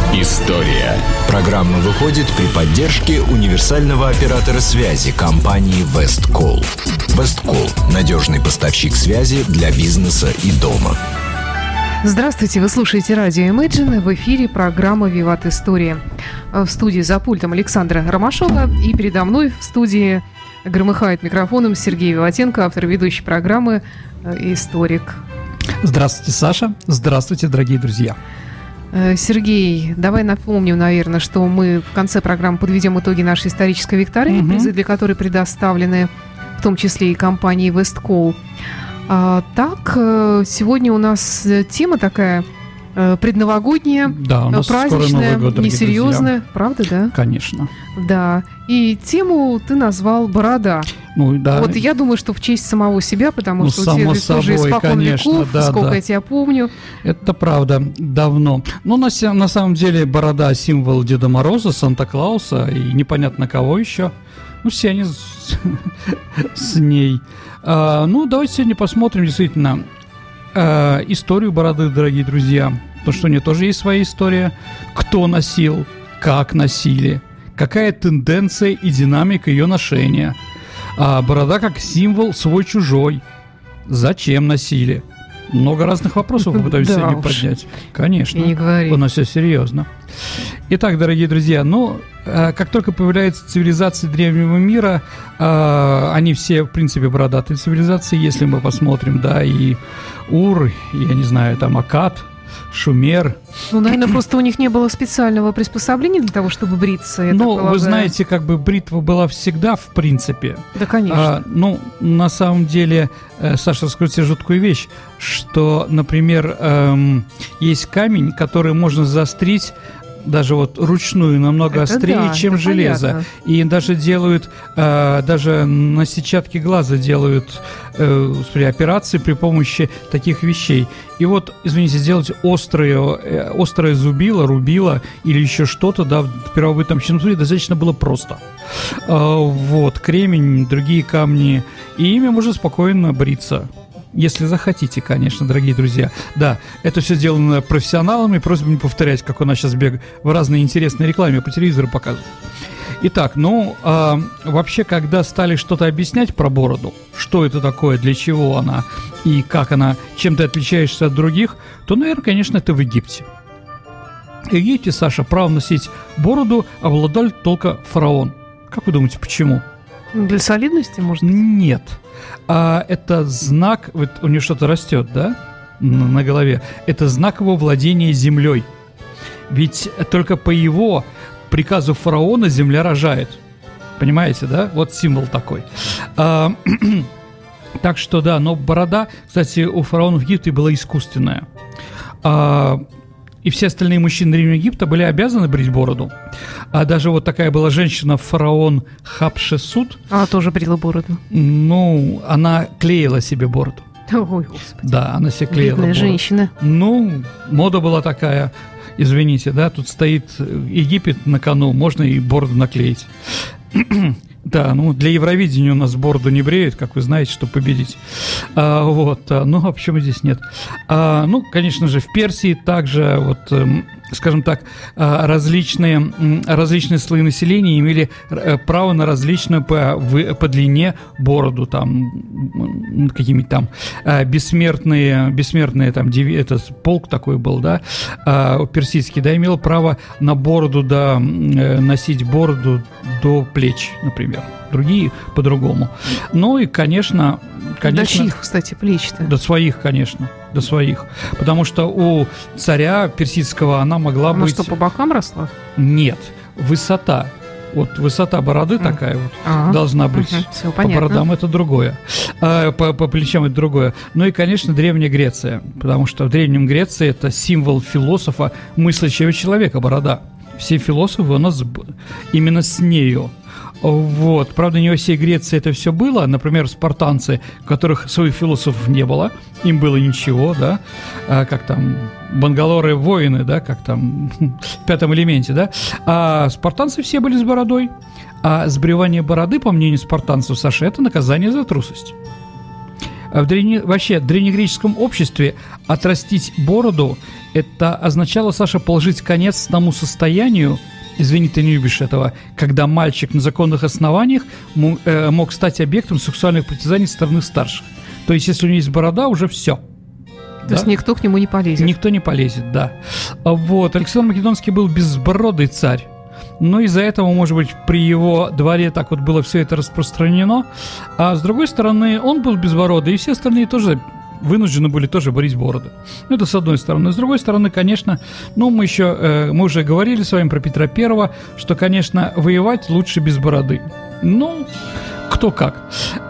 История. Программа выходит при поддержке универсального оператора связи компании Весткол. Весткол – надежный поставщик связи для бизнеса и дома. Здравствуйте, вы слушаете радио Imagine, в эфире программа «Виват История». В студии за пультом Александра Ромашова, и передо мной в студии громыхает микрофоном Сергей Виватенко, автор ведущей программы «Историк». Здравствуйте, Саша. Здравствуйте, дорогие друзья. Сергей, давай напомним, наверное, что мы в конце программы подведем итоги нашей исторической викторины, призы для которой предоставлены в том числе и компанией Весткол. Так, сегодня у нас тема такая предновогодняя, да, у нас праздничная, Новый год, несерьезная, друзья. Правда, да? Конечно. Да, и тему ты назвал «Борода». Ну, да. Вот я думаю, что в честь самого себя, потому что само у тебя тоже испокон веков, да, сколько да. я тебя помню. Это правда, давно. Но на самом деле борода – символ Деда Мороза, Санта-Клауса и непонятно кого еще. Ну, все они с ней. Давайте сегодня посмотрим действительно историю бороды, дорогие друзья. Потому что у нее тоже есть своя история. Кто носил, как носили, какая тенденция и динамика ее ношения. Борода как символ свой-чужой. Зачем носили? Много разных вопросов попытаемся сегодня поднять. Конечно, у нас все серьезно. Итак, дорогие друзья, как только появляются цивилизации древнего мира, они все, в принципе, бородатые цивилизации, если мы посмотрим, да, и Ур, и, я не знаю, там Аккад, Шумер. Наверное, просто у них не было специального приспособления для того, чтобы бриться. Вы знаете, бритва была всегда, в принципе. Да, конечно. На самом деле, Саша, расскажу тебе жуткую вещь, что, например, есть камень, который можно заострить даже ручную намного острее, чем железо. Понятно. И даже делают, даже на сетчатке глаза делают операции при помощи таких вещей. И сделать острое зубило, рубило или еще что-то, да, в первобытном чиновстве достаточно было просто. Кремень, другие камни, и ими можно спокойно бриться. Если захотите, конечно, дорогие друзья. Да, это все сделано профессионалами. Просьба не повторять, как у нас сейчас в разной интересной рекламе по телевизору показывают. Итак, вообще, когда стали что-то объяснять про бороду, что это такое, для чего она и как она, чем ты отличаешься от других, то, наверное, конечно, это в Египте. В Египте, Саша, право носить бороду обладал только фараон. Как вы думаете, почему? Для солидности, может быть? Нет. Это знак, у него что-то растет, да, на голове. Это знак его владения землей. Ведь только по его приказу фараона земля рожает. Понимаете, да? Вот символ такой. Так что, да, но борода, кстати, у фараонов Египта была искусственная. И все остальные мужчины Древнего Египта были обязаны брить бороду. А даже такая была женщина, фараон Хапшесут. Она тоже брила бороду. Она клеила себе бороду. Ой, Господи. Да, она себе клеила бедная бороду. Женщина. Мода была такая. Извините, да, тут стоит Египет на кону, можно и бороду наклеить. Да, для Евровидения у нас бороду не бреют, как вы знаете, чтобы победить. А почему здесь нет? Конечно же, в Персии также, скажем так, различные слои населения имели право на различную по длине бороду, там, какими-то там бессмертные там, этот полк такой был, да, персидский, да, имел право на бороду, да, носить бороду до плеч, например. Другие по-другому. И, конечно... До чьих, кстати, плеч-то? До своих, конечно. До своих. Потому что у царя персидского она могла быть... Она что, по бокам росла? Нет. Высота. Высота бороды такая должна быть. Все по понятно. Бородам это другое. По плечам это другое. И, конечно, Древняя Греция. Потому что в Древнем Греции это символ философа, мыслящего человека, борода. Все философы у нас именно с нею. Правда, не во всей Греции это все было. Например, спартанцы, у которых своих философов не было, им было ничего, да, как там Бангалоры воины, да, как там в «Пятом элементе», да, а спартанцы все были с бородой. А сбривание бороды, по мнению спартанцев, Саша, это наказание за трусость. Вообще, в древнегреческом обществе отрастить бороду – это означало, Саша, положить конец тому состоянию, извини, ты не любишь этого, когда мальчик на законных основаниях мог стать объектом сексуальных притязаний со стороны старших. То есть, если у него есть борода, уже все. То есть никто к нему не полезет. Никто не полезет, да. Вот. Александр Македонский был безбородый царь. Но из-за этого, может быть, при его дворе так вот было все это распространено. А с другой стороны, он был безбородый, и все остальные тоже вынуждены были тоже брить бороды. Ну, это с одной стороны. С другой стороны, конечно, ну, мы уже говорили с вами про Петра Первого, что, конечно, воевать лучше без бороды. Ну, кто как.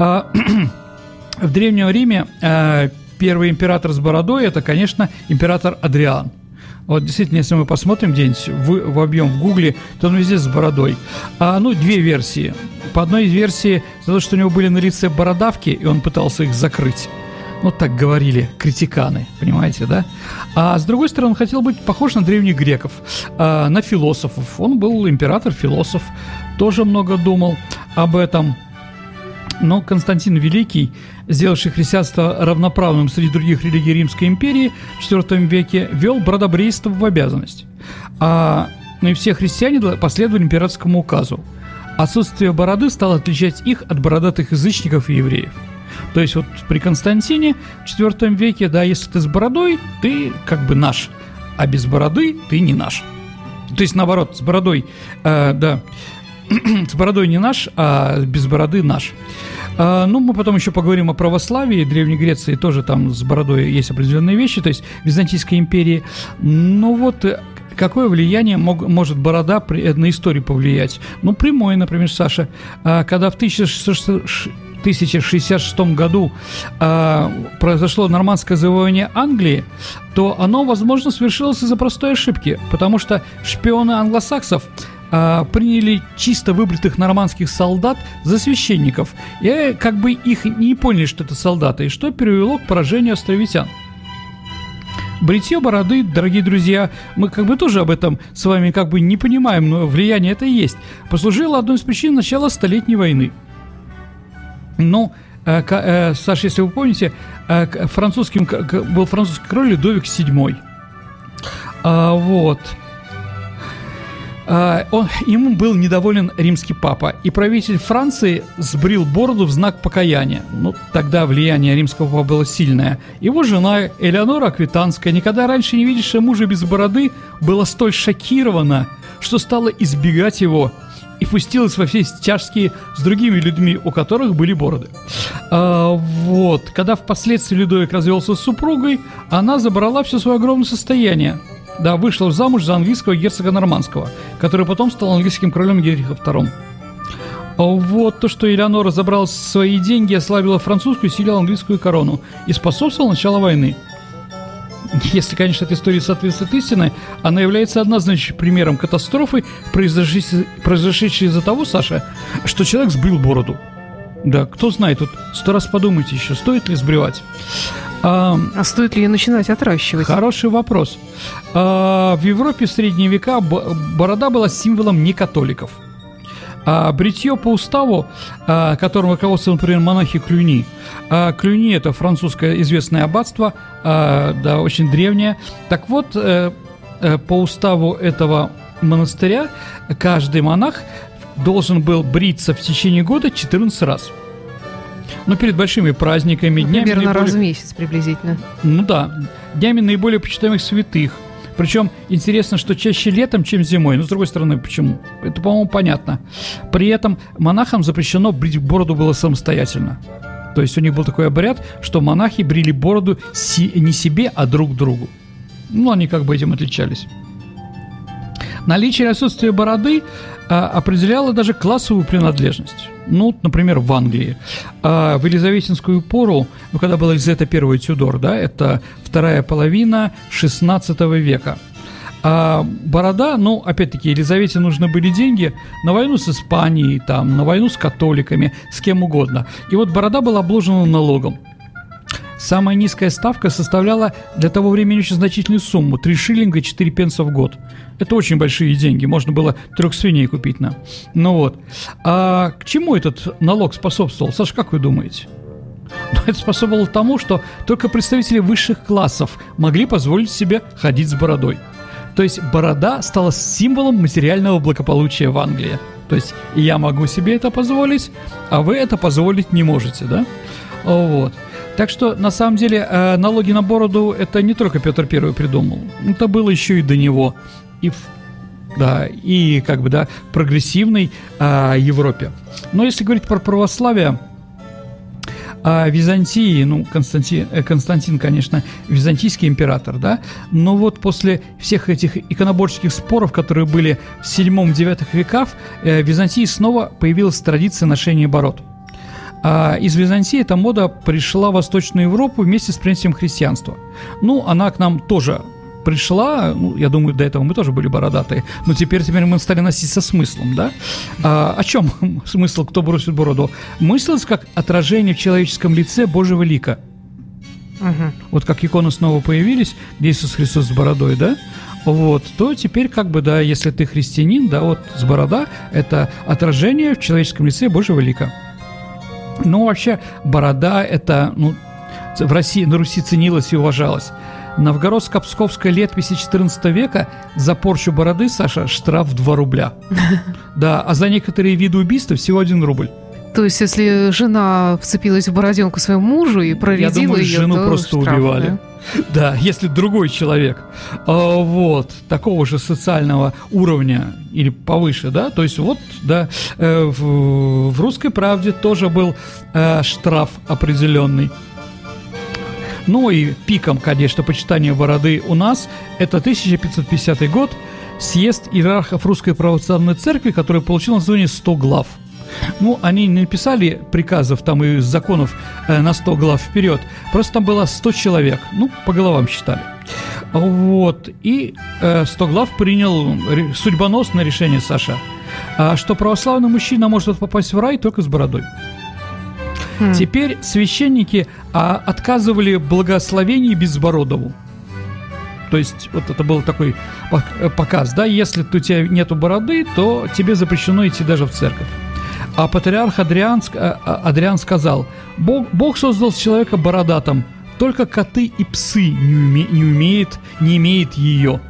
В Древнем Риме первый император с бородой – это, конечно, император Адриан. Вот действительно, если мы посмотрим где-нибудь в объем в Гугле, то он везде с бородой. Две версии. По одной версии, за то, что у него были на лице бородавки, и он пытался их закрыть. Вот так говорили критиканы, понимаете, да? А с другой стороны, он хотел быть похож на древних греков, на философов. Он был император-философ, тоже много думал об этом. Но Константин Великий, сделавший христианство равноправным среди других религий Римской империи в IV веке, ввел бродобрейство в обязанность. И все христиане последовали императорскому указу. Отсутствие бороды стало отличать их от бородатых язычников и евреев. То есть вот при Константине в IV веке, да, если ты с бородой, ты как бы наш, а без бороды ты не наш. То есть наоборот, с бородой, с бородой не наш, а без бороды наш. Мы потом еще поговорим о православии. В Древней Греции тоже там с бородой есть определенные вещи, то есть в Византийской империи. Какое влияние может борода на историю повлиять? Прямое, например, Саша. Когда в 1066 году произошло нормандское завоевание Англии, то оно, возможно, совершилось из-за простой ошибки, потому что шпионы англосаксов приняли чисто выбритых нормандских солдат за священников, и как бы их не поняли, что это солдаты, и что привело к поражению островитян. Бритье бороды, дорогие друзья, мы как бы тоже об этом с вами как бы не понимаем, но влияние это есть, послужило одной из причин начала Столетней войны. Саша, если вы помните, был французский король Людовик VII. Ему был недоволен римский папа, и правитель Франции сбрил бороду в знак покаяния. Тогда влияние римского папы было сильное. Его жена Элеонора Аквитанская, никогда раньше не видевшая мужа без бороды, была столь шокирована, что стала избегать его и пустилась во все тяжкие с другими людьми, у которых были бороды. Когда впоследствии Людовик развелся с супругой, она забрала все свое огромное состояние. Да, вышла замуж за английского герцога Нормандского, который потом стал английским королем Генриха II. То, что Элеонора забрала свои деньги, ослабила французскую, усилила английскую корону и способствовала началу войны. Если, конечно, эта история соответствует истине, она является однозначным примером катастрофы, произошедшей из-за того, Саша, что человек сбрил бороду. Да, кто знает, 100 раз подумайте еще, стоит ли сбривать. Стоит ли ее начинать отращивать? Хороший вопрос. В Европе в средние века борода была символом некатоликов. Бритье по уставу, которым руководствовали, например, монахи Клюни. Клюни – это французское известное аббатство, очень древнее. Так вот, по уставу этого монастыря каждый монах должен был бриться в течение года 14 раз. Перед большими праздниками, днями примерно раз в месяц приблизительно. Днями наиболее почитаемых святых. Причем интересно, что чаще летом, чем зимой. Но с другой стороны, почему? Это, по-моему, понятно. При этом монахам запрещено брить бороду было самостоятельно. То есть у них был такой обряд, что монахи брили бороду не себе, а друг другу. Они как бы этим отличались. Наличие или отсутствие бороды определяло даже классовую принадлежность. Например, в Англии. В елизаветинскую пору, когда была Елизавета I Тюдор, да, это вторая половина XVI века. Борода, опять-таки, Елизавете нужны были деньги на войну с Испанией, на войну с католиками, с кем угодно. И борода была обложена налогом. Самая низкая ставка составляла для того времени очень значительную сумму – 3 шиллинга 4 пенса в год. Это очень большие деньги, можно было 3 свиней купить на. А к чему этот налог способствовал? Саша, как вы думаете? Но это способствовало тому, что только представители высших классов могли позволить себе ходить с бородой. То есть борода стала символом материального благополучия в Англии. То есть я могу себе это позволить, а вы это позволить не можете, да? Вот. Так что, на самом деле, налоги на бороду это не только Петр I придумал. Это было еще и до него. И как бы, да, в прогрессивной Европе. Но если говорить про православие, Византии, ну, Константин, конечно, византийский император, да, но вот после всех этих иконоборческих споров, которые были в 7-9 веках, в Византии снова появилась традиция ношения бород. Из Византии эта мода пришла в Восточную Европу вместе с принятием христианства. Ну, она к нам тоже пришла, ну, я думаю, до этого мы тоже были бородатые, но теперь мы стали носить со смыслом, да? О чем смысл, кто бросит бороду? Мысль как отражение в человеческом лице Божьего лика. Вот как иконы снова появились, где Иисус Христос с бородой, да? Вот, то теперь как бы, да, если ты христианин, да, вот с борода – это отражение в человеческом лице Божьего лика. Ну, вообще, борода – это, ну, в России, на Руси ценилась и уважалась. Новгородско-Псковская летопись XIV века за порчу бороды, Саша, штраф в 2 рубля. Да, а за некоторые виды убийства всего 1 рубль. То есть, если жена вцепилась в бороденку своему мужу и проредила ее, я думаю, жену то просто штраф, убивали. Да, если другой человек, вот, такого же социального уровня или повыше, да, то есть вот, да, в «Русской правде» тоже был штраф определенный. Ну и пиком, конечно, почитания бороды у нас это 1550 год, съезд иерархов Русской Православной Церкви, который получил название 100 глав. Ну, они не написали приказов там и законов на 100 глав вперед, просто там было 100 человек, ну, по головам считали. Вот, и 100 глав принял судьбоносное решение, Саша, что православный мужчина может попасть в рай только с бородой. Теперь священники отказывали благословении Безбородову. То есть вот это был такой показ, да, если у тебя нету бороды, то тебе запрещено идти даже в церковь. А патриарх Адриан сказал: Бог создал человека бородатым, только коты и псы не имеют ее.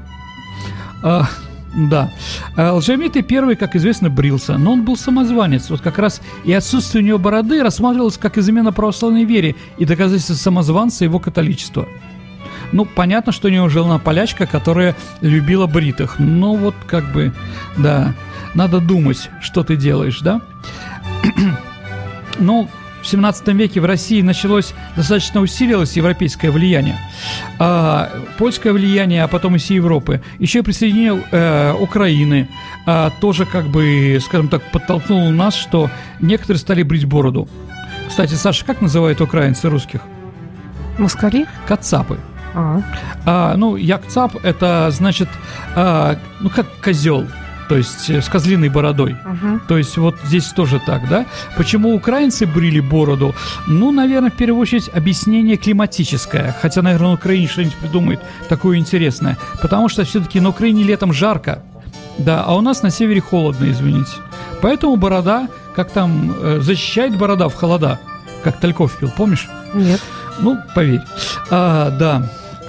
Да. Лжемитый I, как известно, брился, но он был самозванец. Вот как раз и отсутствие у него бороды рассматривалось как измена православной вере и доказательство самозванца его католичества. Ну, понятно, что у него жила полячка, которая любила бритых. Но вот как бы, да, надо думать, что ты делаешь, да? Ну, в 17 веке в России достаточно усилилось европейское влияние, польское влияние, а потом и всей Европы. Еще и присоединение Украины тоже, как бы, скажем так, подтолкнуло нас, что некоторые стали брить бороду. Кстати, Саша, как называют украинцы русских? Москали? Кацапы. Ну, якцап – это значит, ну, как козел. То есть с козлиной бородой. То есть вот здесь тоже так, да? Почему украинцы брили бороду? Ну, наверное, в первую очередь объяснение климатическое. Хотя, наверное, на Украине что-нибудь придумает такое интересное. Потому что все-таки на Украине летом жарко, да, а у нас на севере холодно, извините. Поэтому борода, как там, защищает борода в холода. Как Тальков пил, помнишь? Нет. Ну, поверь. Да.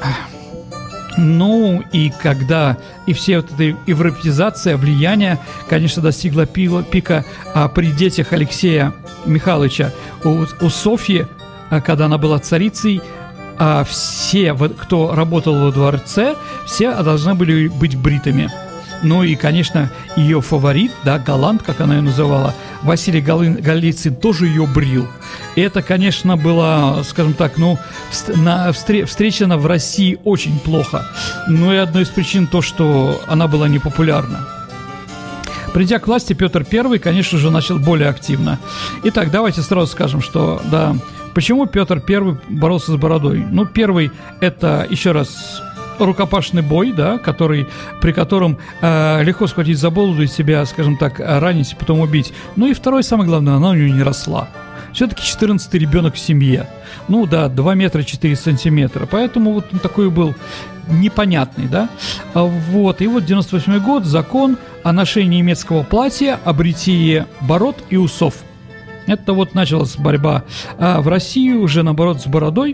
Ну, и когда и все вот эта европеизация, влияние, конечно, достигла пика при детях Алексея Михайловича. У Софьи, когда она была царицей, все, кто работал во дворце, все должны были быть бритыми. Ну и, конечно, ее фаворит, да, галант, как она ее называла, Василий Голицын, тоже ее брил. И это, конечно, было, скажем так, ну, встречено в России очень плохо. Ну и одной из причин то, что она была непопулярна. Придя к власти, Петр I, конечно же, начал более активно. Итак, давайте сразу скажем, что, да, почему Петр I боролся с бородой? Ну, первый, это, еще раз, рукопашный бой, да, при котором легко схватить за бороду и себя, скажем так, ранить и потом убить. Ну и второй, самое главное, она у нее не росла. Все-таки 14-й ребенок в семье. Ну да, 2 метра 4 сантиметра. Поэтому вот он такой был непонятный, да. Вот, и вот 98-й год, закон о ношении немецкого платья, о бритье бород и усов. Это вот началась борьба. А в России уже, наоборот, с бородой.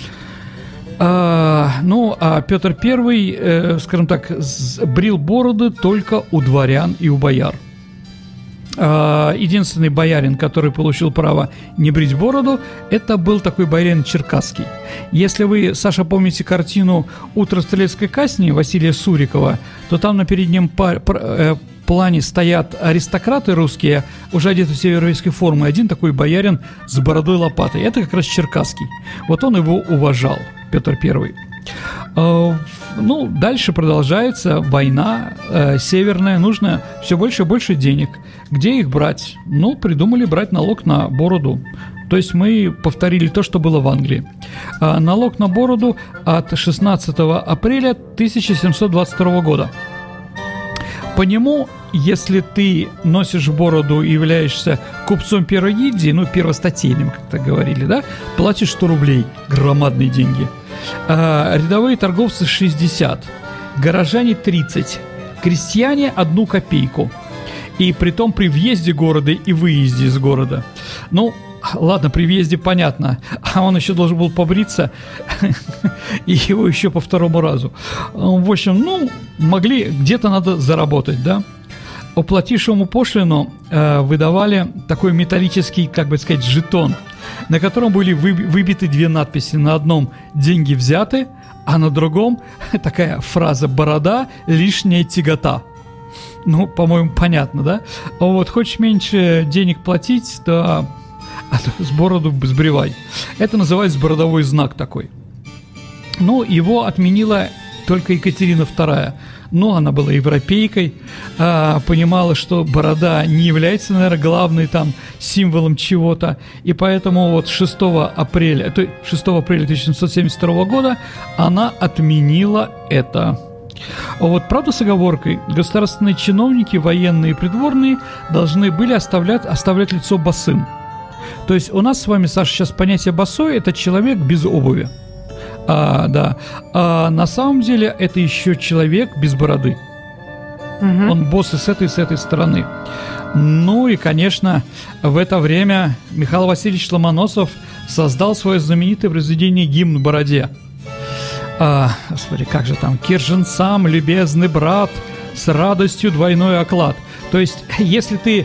А Петр I, скажем так, брил бороды только у дворян и у бояр. Единственный боярин, который получил право не брить бороду, это был такой боярин Черкасский. Если вы, Саша, помните картину «Утро стрелецкой казни» Василия Сурикова, то там на переднем плане стоят аристократы русские, уже одеты в все европейские формы. Один такой боярин с бородой лопатой. Это как раз Черкасский. Вот он его уважал, Петр I. Ну, дальше продолжается война северная, нужно все больше и больше денег. Где их брать? Ну, придумали брать налог на бороду. То есть мы повторили то, что было в Англии. Налог на бороду от 16 апреля 1722 года. По нему, если ты носишь бороду и являешься купцом первой гильдии, ну, первостатейным, как так говорили, да, платишь 100 рублей, громадные деньги. Рядовые торговцы 60, горожане 30, крестьяне 1 копейку. И притом при въезде города и выезде из города. Ну, ладно, при въезде понятно, а он еще должен был побриться, и его еще по 2-му разу. В общем, ну, могли, где-то надо заработать, да. Уплатившему пошлину выдавали такой металлический, как бы сказать, жетон, на котором были выбиты 2 надписи. На одном «деньги взяты», а на другом такая фраза «борода, лишняя тягота». Ну, по-моему, понятно, да? Вот, хочешь меньше денег платить, то с бороду сбривай. Это называется бородовой знак такой. Ну, его отменила только Екатерина II. Но она была европейкой, понимала, что борода не является, наверное, главным там символом чего-то, и поэтому вот 6 апреля 1772 года она отменила это. Вот, правда, с оговоркой: государственные чиновники, военные и придворные должны были оставлять лицо босым. То есть у нас с вами, Саша, сейчас понятие «босой» – это человек без обуви. Да. А на самом деле это еще человек без бороды. Он босс и с этой стороны. Ну и, конечно, в это время Михаил Васильевич Ломоносов создал свое знаменитое произведение «Гимн бороде». Господи, как же там? «Кирженцам, любезный брат, с радостью двойной оклад». То есть, если ты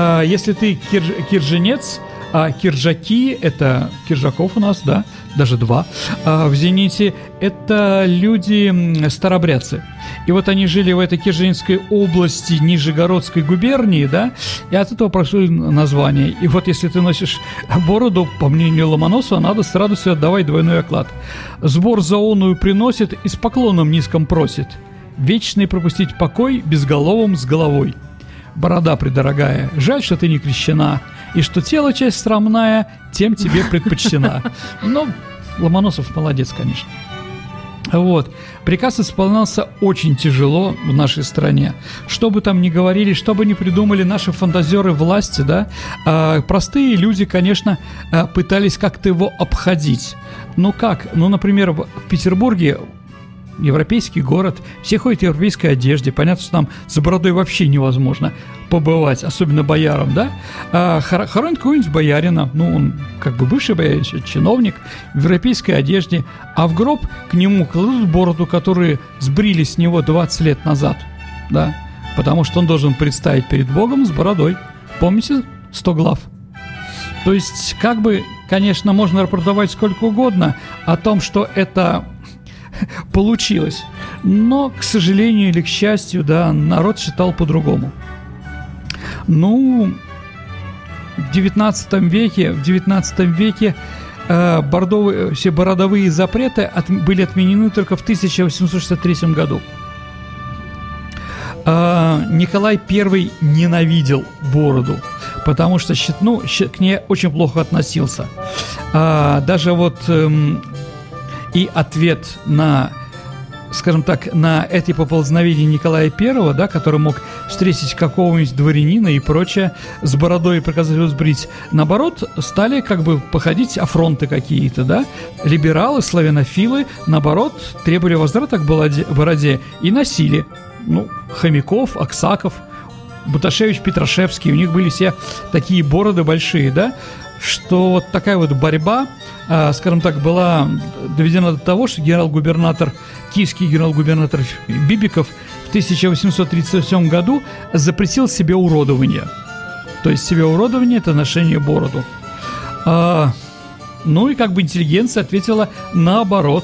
кирженец, киржаки – это киржаков у нас, да, даже 2 в «Зените», это люди старобрядцы. И вот они жили в этой Кирженской области Нижегородской губернии, да, и от этого прошло название. И вот если ты носишь бороду, по мнению Ломоносова, надо с радостью отдавать двойной оклад. Сбор за оную приносит и с поклоном низком просит. Вечный пропустить покой безголовым с головой. Борода предорогая, жаль, что ты не крещена, и что тело часть срамная, тем тебе предпочтена. Ну, Ломоносов молодец, конечно. Вот. Приказ исполнялся очень тяжело в нашей стране. Что бы там ни говорили, что бы ни придумали наши фантазеры власти, да, простые люди, конечно, пытались как-то его обходить. Ну как? Ну, например, в Петербурге, европейский город, все ходят в европейской одежде. Понятно, что там с бородой вообще невозможно побывать, особенно боярам, да? Хоронят какого-нибудь боярина, ну, он как бы бывший боярин, чиновник, в европейской одежде, а в гроб к нему кладут бороду, которую сбрили с него 20 лет назад, да? Потому что он должен предстать перед Богом с бородой. Помните 100 глав? То есть, как бы, конечно, можно рапортовать сколько угодно о том, что это получилось, но, к сожалению или к счастью, да, народ считал по-другому. Ну, в 19 веке все бородовые запреты были отменены только в 1863 году. Николай I ненавидел бороду, потому что к ней очень плохо относился. Даже вот и ответ на, скажем так, на эти поползновения Николая I, да, который мог встретить какого-нибудь дворянина и прочее, с бородой и приказать его сбрить, наоборот, стали как бы походить афронты какие-то, да, либералы, славянофилы, наоборот, требовали возврата к бороде и носили, ну, хомяков, аксаков. Буташевич, Петрашевский, у них были все такие бороды большие, да, что вот такая вот борьба, скажем так, была доведена до того, что киевский генерал-губернатор Бибиков в 1837 году запретил себе уродование. То есть себе уродование – это ношение бороду. Ну и как бы интеллигенция ответила наоборот.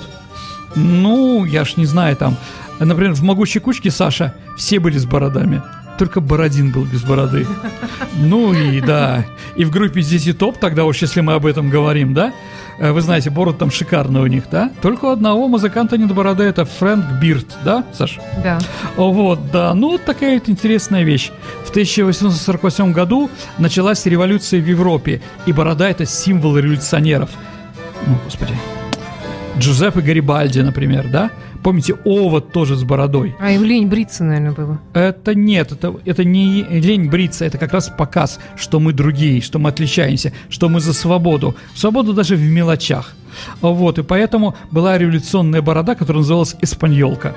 Ну, я ж не знаю, там, например, в «Могучей кучке», Саша, все были с бородами. Только Бородин был без бороды. Ну и да, и в группе ZZ Top, тогда уж если мы об этом говорим, да, вы знаете, борода там шикарная у них, да? Только у одного музыканта нет бороды, это Фрэнк Бирд, да, Саша? Да. Вот, да, ну вот такая вот интересная вещь. В 1848 году началась революция в Европе, и борода – это символ революционеров. Ну, господи. Джузеппе Гарибальди, например, да? Помните, овод тоже с бородой. А им лень бриться, наверное, было. Это нет, это не лень бриться, это как раз показ, что мы другие, что мы отличаемся, что мы за свободу. Свободу даже в мелочах. Вот, и поэтому была революционная борода, которая называлась «Эспаньолка».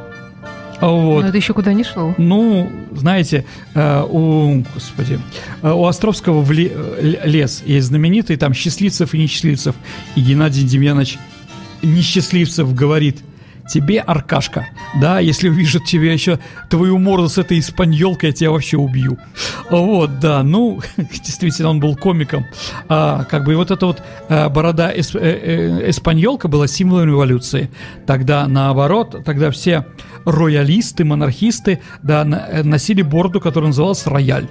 Вот. Но это еще куда не шло. Ну, знаете, у Островского лес есть знаменитый, там счастливцев и несчастливцев. И Геннадий Демьянович Несчастливцев говорит: тебе, Аркашка, да, если увижу тебе еще твою морду с этой испаньолкой, я тебя вообще убью. Вот, да, ну, действительно, он был комиком. Как бы и вот эта вот борода испаньолка была символом революции. Тогда, наоборот, тогда все роялисты, монархисты, да, носили бороду, которая называлась рояль.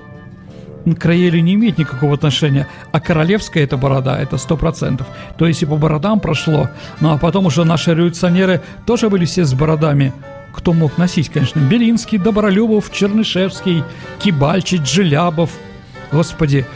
К роялю не имеет никакого отношения, а королевская эта борода, это 100%. То есть и по бородам прошло. Ну а потом уже наши революционеры тоже были все с бородами. Кто мог носить, конечно, Белинский, Добролюбов, Чернышевский, Кибальчич, Желябов, господи,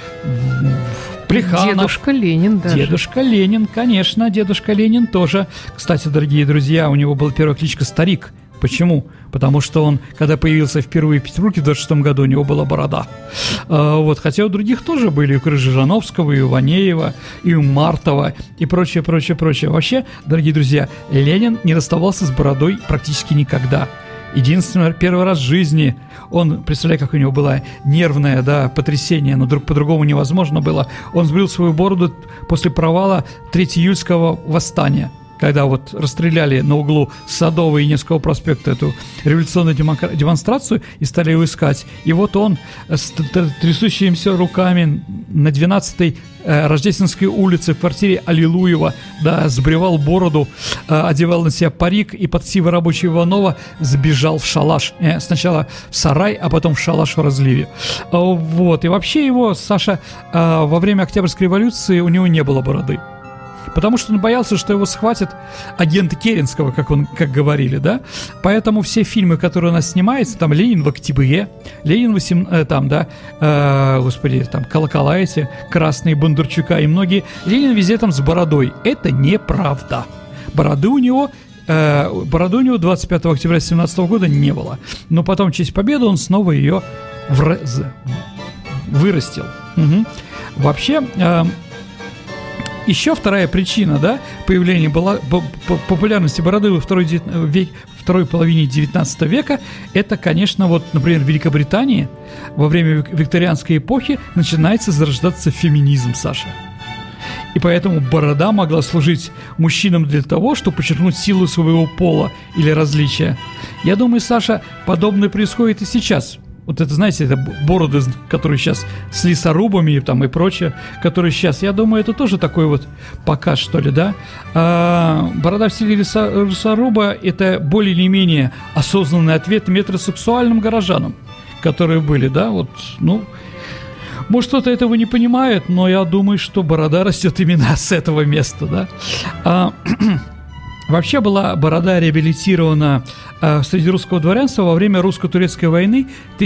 Плеханов. Дедушка Ленин даже. Дедушка Ленин, конечно, дедушка Ленин тоже. Кстати, дорогие друзья, у него была первая кличка Старик. Почему? Потому что он, когда появился впервые в Петербурге в 26 году, у него была борода. Вот, хотя у других тоже были, и у Крыжижановского, и у Ванеева, и у Мартова, и прочее, прочее, прочее. Вообще, дорогие друзья, Ленин не расставался с бородой практически никогда. Единственное, первый раз в жизни он, представляете, как у него было нервное, да, потрясение, но по-другому невозможно было. Он сбрил свою бороду после провала 3-июльского восстания, когда вот расстреляли на углу Садового и Невского проспекта эту революционную демонстрацию и стали его искать. И вот он с трясущимися руками на 12-й Рождественской улице в квартире Аллилуева, да, сбривал бороду, одевал на себя парик и под ксивой рабочего Иванова сбежал в шалаш. Сначала в сарай, а потом в шалаш в разливе. Вот. И вообще его, Саша, во время Октябрьской революции у него не было бороды. Потому что он боялся, что его схватят агенты Керенского, как говорили, да. Поэтому все фильмы, которые у нас снимаются, там «Ленин в октябре», «Ленин там, да, там «Колокола» эти, «Красные» Бондарчука и многие, Ленин везде там с бородой. Это неправда. Бороды у него 25 октября 17 года не было. Но потом, в честь победы, он снова ее вырастил. Угу. Вообще... Еще вторая причина, да, появления популярности бороды во второй половине 19 века, это, конечно, вот, например, в Великобритании во время викторианской эпохи начинается зарождаться феминизм, Саша. И поэтому борода могла служить мужчинам для того, чтобы подчеркнуть силу своего пола или различия. Я думаю, Саша, подобное происходит и сейчас. Вот это, знаете, это бороды, которые сейчас с лесорубами там, и прочее, которые сейчас, я думаю, это тоже такой вот показ, что ли, да? Борода в стиле лесоруба – это более или менее осознанный ответ метросексуальным горожанам, которые были, да, вот, ну… Может, кто-то этого не понимает, но я думаю, что борода растет именно с этого места, да? Вообще была борода реабилитирована среди русского дворянства во время русско-турецкой войны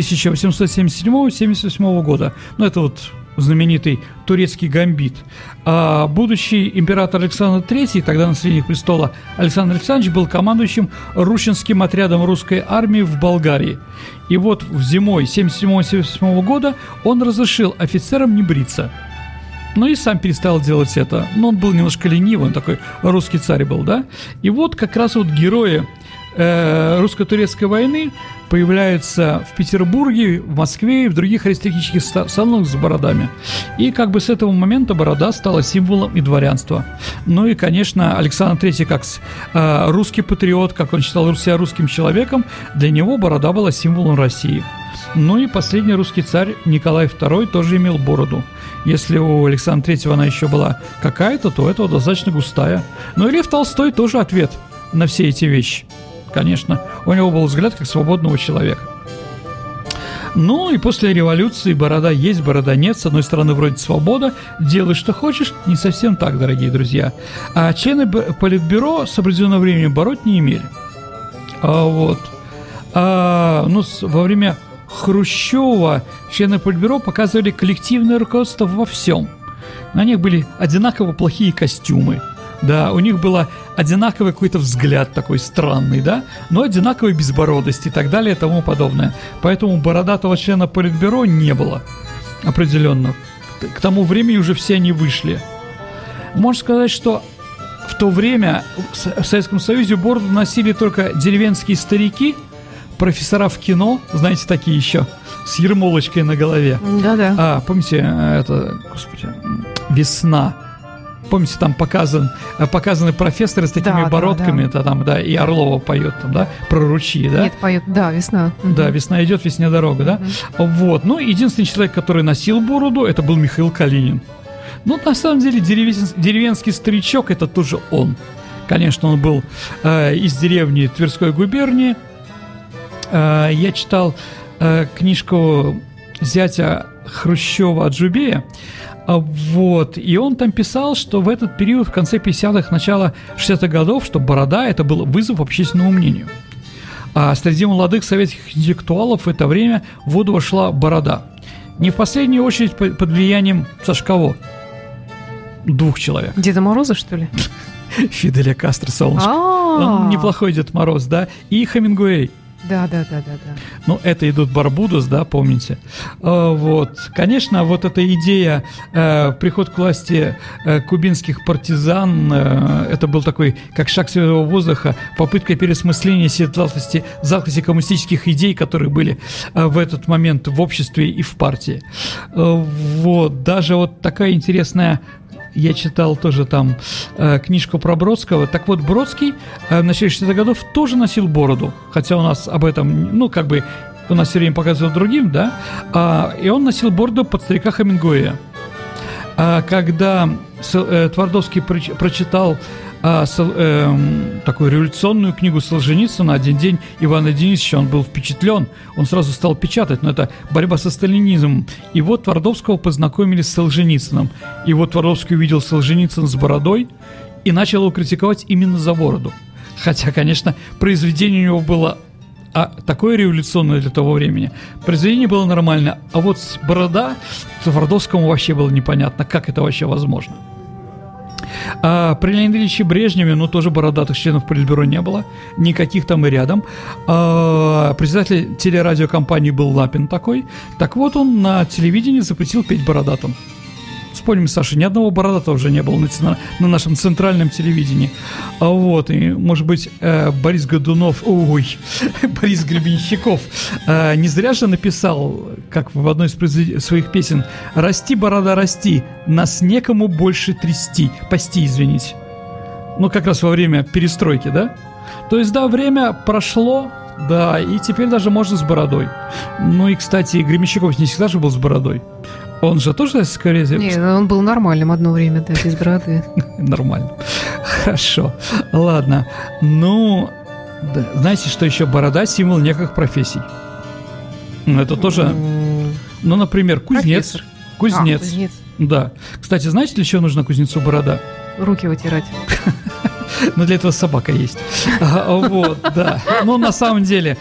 1877-78 года. Ну, это вот знаменитый турецкий гамбит. Будущий император Александр III, тогда наследник престола Александр Александрович, был командующим Рущинским отрядом русской армии в Болгарии. И вот в зимой 77-78 года он разрешил офицерам не бриться. Ну и сам перестал делать это. Но он был немножко ленивый, он такой русский царь был, да? И вот как раз вот герои русско-турецкой войны появляются в Петербурге, в Москве и в других аристократических салонах с бородами. И как бы с этого момента борода стала символом и дворянства. Ну и, конечно, Александр III, как русский патриот, как он считал себя русским человеком, для него борода была символом России. Ну и последний русский царь Николай II тоже имел бороду. Если у Александра III она еще была какая-то, то это достаточно густая. Ну и Лев Толстой тоже ответ на все эти вещи. Конечно, у него был взгляд как свободного человека. Ну и после революции борода есть, борода нет. С одной стороны, вроде свобода, делай, что хочешь. Не совсем так, дорогие друзья. А члены Политбюро с определенного времени бород не имели. Во время Хрущева члены Политбюро показывали коллективное руководство во всем. На них были одинаково плохие костюмы. Да, у них был одинаковый какой-то взгляд такой странный, да, но одинаковой безбородости и так далее и тому подобное. Поэтому бородатого члена Политбюро не было определенно. К тому времени уже все они вышли. Можно сказать, что в то время в Советском Союзе бороду носили только деревенские старики, профессора в кино, знаете, такие еще, с ермолочкой на голове. Да-да. Помните, это, господи, «Весна». Помните, там показаны профессоры с такими бородками, это там, да, и Орлова поет там, да, про ручьи, да? Нет, поет, да, «Весна». Да, «Весна идет, весне дорога», да? Вот, ну, единственный человек, который носил бороду, это был Михаил Калинин. Ну, на самом деле, деревенский старичок, это тоже он. Конечно, он был из деревни Тверской губернии. Я читал книжку зятя Хрущева Аджубея. Вот, и он там писал, что в этот период, в конце 50-х, начало 60-х годов, что борода – это был вызов общественному мнению. А среди молодых советских интеллектуалов в это время в воду вошла борода. Не в последнюю очередь под влиянием, Саш, кого? Двух человек. Деда Мороза, что ли? Фиделя Кастро, солнышко. Он неплохой Дед Мороз, да? И Хемингуэй. Да. Ну, это идут Барбудос, да, помните? Вот. Конечно, вот эта идея, приход к власти кубинских партизан, это был такой, как шаг свежего воздуха, попытка переосмысления затхлости коммунистических идей, которые были в этот момент в обществе и в партии. Вот. Даже вот такая интересная... Я читал тоже там книжку про Бродского. Так вот, Бродский в начале 60-х годов тоже носил бороду. Хотя у нас об этом, ну, как бы, у нас все время показывают другим, да. И он носил бороду под старика Хемингуэя. Когда Твардовский прочитал такую революционную книгу Солженицына «Один день Ивана Денисовича», он был впечатлен, он сразу стал печатать, но это борьба со сталинизмом. И вот Твардовского познакомили с Солженицыным. И вот Твардовский увидел Солженицына с бородой и начал его критиковать именно за бороду. Хотя, конечно, произведение у него было такое революционное для того времени. Произведение было нормально, а вот борода Твардовскому вообще было непонятно, как это вообще возможно. При Леониде Ильиче Брежневе, ну, тоже бородатых членов Политбюро не было, никаких там и рядом. Председатель телерадиокомпании был Лапин такой. Так вот, он на телевидении запретил петь бородатым. Вспомним, Саша, ни одного бородатого уже не было на нашем центральном телевидении. Вот, и, может быть, Борис Годунов, Борис Гребенщиков не зря же написал, как в одной из своих песен: «Расти, борода, расти, нас некому больше пасти, извините». Ну, как раз во время перестройки, да? То есть, да, время прошло, да, и теперь даже можно с бородой. Ну и, кстати, Гребенщиков не всегда же был с бородой. Он же тоже скорее... Нет, он был нормальным одно время, да, без бороды. Нормально. Хорошо. Ладно. Ну, да, знаете, что еще? Борода – символ неких профессий. Это тоже... Ну, например, кузнец. Профессор. Кузнец. Да. Кстати, знаете, для чего нужна кузнецу борода? Руки вытирать. Но для этого собака есть. Вот, да. Но на самом деле,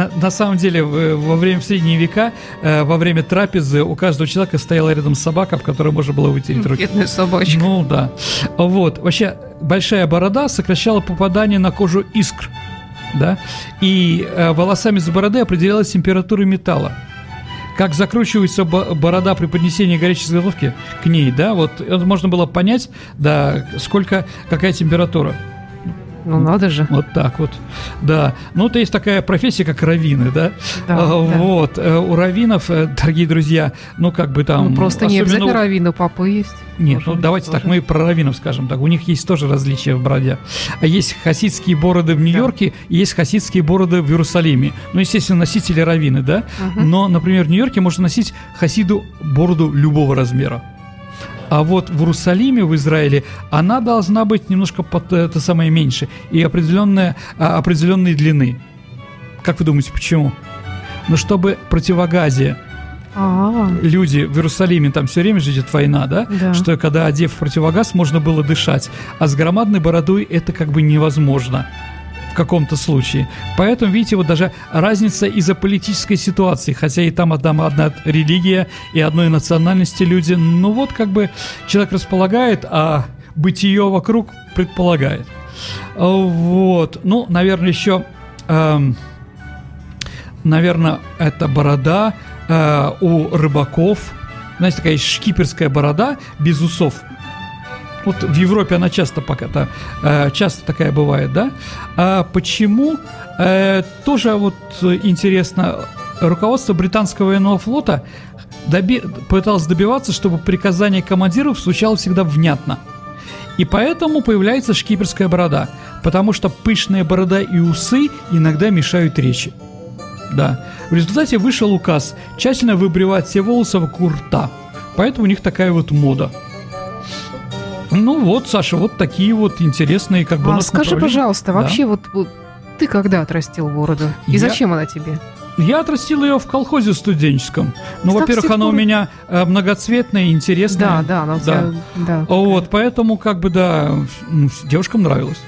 во время в средние века, во время трапезы у каждого человека стояла рядом собака, в которой можно было вытереть руки. Бедная собачка. Ну, да. Вот. Вообще, большая борода сокращала попадание на кожу искр, да, и волосами с бороды определялась температура металла. Как закручивается борода при поднесении горячей заготовки к ней, да, вот это можно было понять, да, какая температура. Ну, надо же. Вот так вот, да. Ну, то есть такая профессия, как раввины, да? Вот. У раввинов, дорогие друзья, ну, как бы там... Ну, просто не обязательно раввин, у папы есть. Нет, ну, давайте так, мы про раввинов скажем так. У них есть тоже различия в бороде. Есть хасидские бороды в Нью-Йорке, и есть хасидские бороды в Иерусалиме. Ну, естественно, носители раввины, да? Но, например, в Нью-Йорке можно носить хасиду бороду любого размера. А вот в Иерусалиме, в Израиле, она должна быть немножко это самое меньше и определенной длины. Как вы думаете, почему? Ну, чтобы противогазие. Люди в Иерусалиме, там все время же идет война, да? Что когда, одев противогаз, можно было дышать. А с громадной бородой это как бы невозможно в каком-то случае. Поэтому, видите, вот даже разница из-за политической ситуации, хотя и там одна религия и одной национальности люди, ну вот как бы человек располагает, а бытие вокруг предполагает. Вот. Ну, наверное, еще наверное, это борода у рыбаков. Знаете, такая шкиперская борода без усов. Вот в Европе она часто такая бывает, да? А почему? Тоже вот интересно, руководство британского военного флота пыталось добиваться, чтобы приказание командиров звучало всегда внятно. И поэтому появляется шкиперская борода, потому что пышная борода и усы иногда мешают речи. Да. В результате вышел указ тщательно выбривать все волосы вокруг рта. Поэтому у них такая вот мода. Ну вот, Саша, вот такие вот интересные как бы у нас скажи, пожалуйста, вообще вот ты когда отрастил бороду? И зачем она тебе? Я отрастил ее в колхозе студенческом. Ну, во-первых, она у меня многоцветная, интересная. Да. Вот, поэтому как бы, да, девушкам нравилось.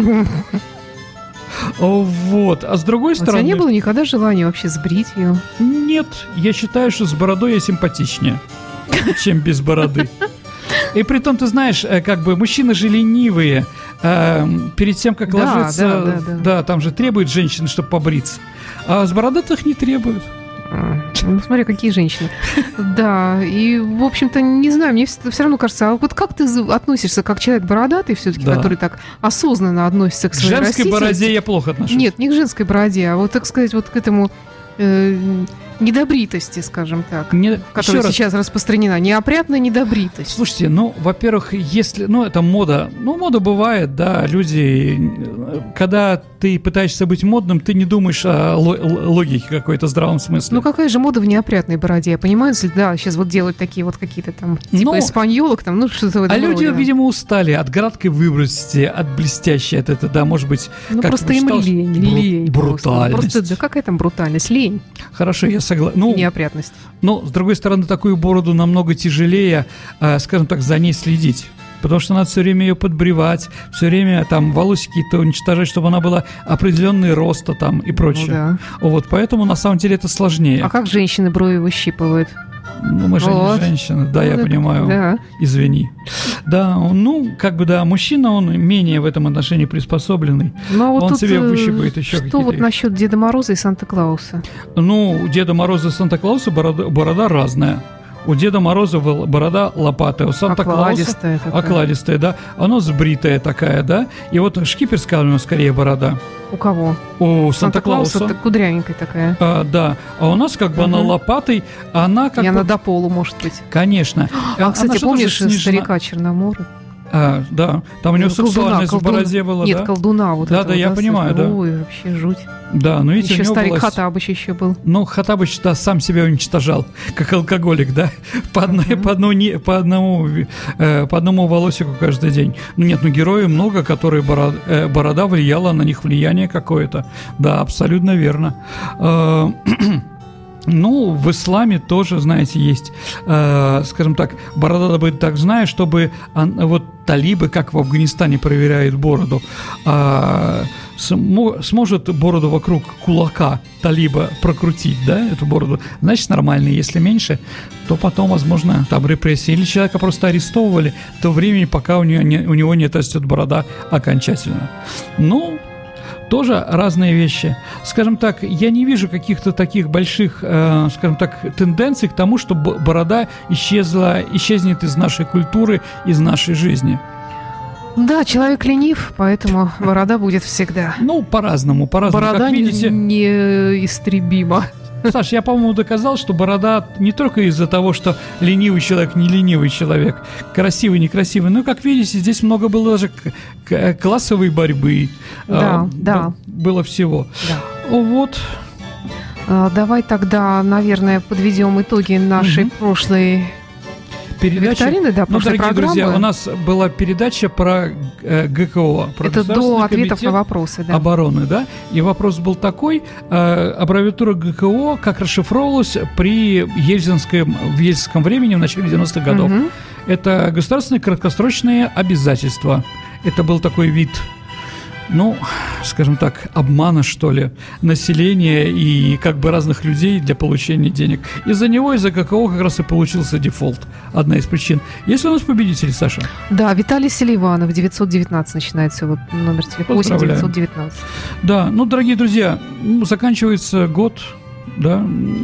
Вот, а с другой стороны... У тебя не было никогда желания вообще сбрить ее? Нет, я считаю, что с бородой я симпатичнее, чем без бороды. И при том, ты знаешь, как бы мужчины же ленивые. Перед тем, как ложиться, да, там же требуют женщины, чтобы побриться. А с бородатых не требуют. Ну, смотри, какие женщины. Да, и, в общем-то, не знаю, мне все равно кажется, а вот как ты относишься как человек бородатый все-таки, который так осознанно относится к своей растительности? К женской бороде я плохо отношусь. Нет, не к женской бороде, а вот, так сказать, вот к этому... недобритости, скажем так, которая сейчас распространена. Неопрятная недобритость. Слушайте, ну, во-первых, если... Ну, это мода. Ну, мода бывает, да, люди... Когда ты пытаешься быть модным, ты не думаешь о логике какой-то, здравом смысле. Ну, какая же мода в неопрятной бороде? Я понимаю, если, да, сейчас вот делают такие вот какие-то там, типа испаньолог, там, ну, что-то в этом роде. А люди, видимо, устали от гладкой выбрости, от блестящей, от этого, да, может быть... Ну, просто им лень. Брутальность. Просто, да, какая там брутальность? Лень. Хорошо, я согласен. Ну, неопрятность. Но, с другой стороны, такую бороду намного тяжелее, скажем так, за ней следить. Потому что надо все время ее подбривать, все время там волосики-то уничтожать, чтобы она была определенного роста там и прочее. Да. Вот, поэтому на самом деле это сложнее. А как женщины брови выщипывают? Ну, мы же не женщины, да, я понимаю, да. Извини. Да, ну, как бы, да, мужчина, он менее в этом отношении приспособленный. Ну, вот он себе выщипывает еще какие-то... Что вот насчет Деда Мороза и Санта-Клауса? Ну, у Деда Мороза и Санта-Клауса борода разная. У Деда Мороза борода лопатая, у Санта-Клауса окладистая, да. Оно сбритая такая, да. И вот шкиперская у него скорее борода. У кого? У Санта-Клауса. Санта-Клауса кудрявенькая такая. Да. А у нас как бы она лопатой, она как бы... И она до полу, может быть. Конечно. Кстати, помнишь старика Черномора? Да, там у него сексуальность в бороде была, Нет, да? колдуна вот да, я понимаю, да. Ой, вообще жуть. Да, но видите, еще у него старик была... Хоттабыч еще был. Ну, Хоттабыч, да, сам себя уничтожал, как алкоголик, да, по одному волосику каждый день. Ну, нет, героев много, которые борода влияла на них, влияние какое-то. Да, абсолютно верно. Ну, в исламе тоже, знаете, есть, скажем так, борода надо быть так, знаешь, чтобы вот талибы, как в Афганистане проверяют бороду, сможет бороду вокруг кулака талиба прокрутить, да, эту бороду, значит, нормально. Если меньше, то потом, возможно, там репрессии. Или человека просто арестовывали то времени, пока у него не отрастет борода окончательно. Ну, тоже разные вещи. Скажем так, я не вижу каких-то таких больших, скажем так, тенденций к тому, чтобы борода исчезнет из нашей культуры, из нашей жизни. Да, человек ленив, поэтому борода будет всегда. Ну, по-разному. Борода как видите, неистребима. Саш, я, по-моему, доказал, что борода не только из-за того, что ленивый человек, не ленивый человек, красивый, некрасивый. Но, как видите, здесь много было даже классовой борьбы. Да. Было всего. Да. Вот. Давай тогда, наверное, подведем итоги нашей прошлой викторины, прошлой дорогие программы. друзья, у нас была передача про ГКО. Про Это до ответов на вопросы, да. Обороны, да? И вопрос был такой: аббревиатура ГКО как расшифровывалась в ельцинском времени в начале 90-х годов. Это государственные краткосрочные обязательства. Это был такой вид, скажем так, обмана, что ли, населения и как бы разных людей для получения денег. Из-за него, из-за ГКО как раз и получился дефолт. Одна из причин. Есть ли у нас победители, Саша? Да, Виталий Селиванов, 919 начинается его номер телефона. 8919. Да, дорогие друзья, заканчивается год, да.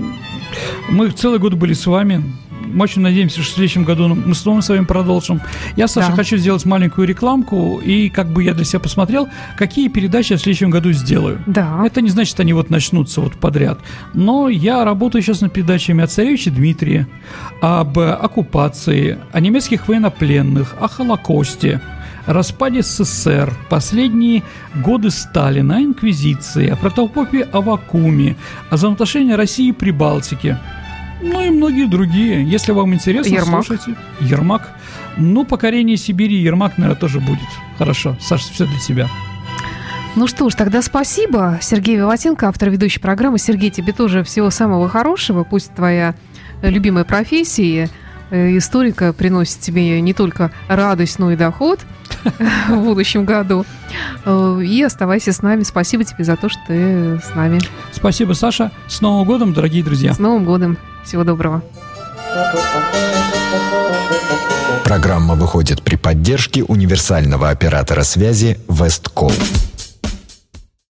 Мы целый год были с вами. Мы очень надеемся, что в следующем году мы снова с вами продолжим. Я, Саша, хочу сделать маленькую рекламку, и как бы я для себя посмотрел, какие передачи я в следующем году сделаю. Да. Это не значит, они начнутся подряд. Но я работаю сейчас над передачами о царевиче Дмитрии, об оккупации, о немецких военнопленных, о Холокосте, распаде СССР, последние годы Сталина, о инквизиции, о протопопе Аввакуме, о взаимоотношениях России и Прибалтики. И многие другие. Если вам интересно, слушайте. Ермак. Покорение Сибири, Ермак, наверное, тоже будет. Хорошо. Саша, все для тебя. Ну что ж, тогда спасибо. Сергей Виватенко, автор ведущей программы. Сергей, тебе тоже всего самого хорошего. Пусть твоя любимая профессия историка приносит тебе не только радость, но и доход в будущем году. И оставайся с нами. Спасибо тебе за то, что ты с нами. Спасибо, Саша. С Новым годом, дорогие друзья. С Новым годом. Всего доброго. Программа выходит при поддержке универсального оператора связи Весткол.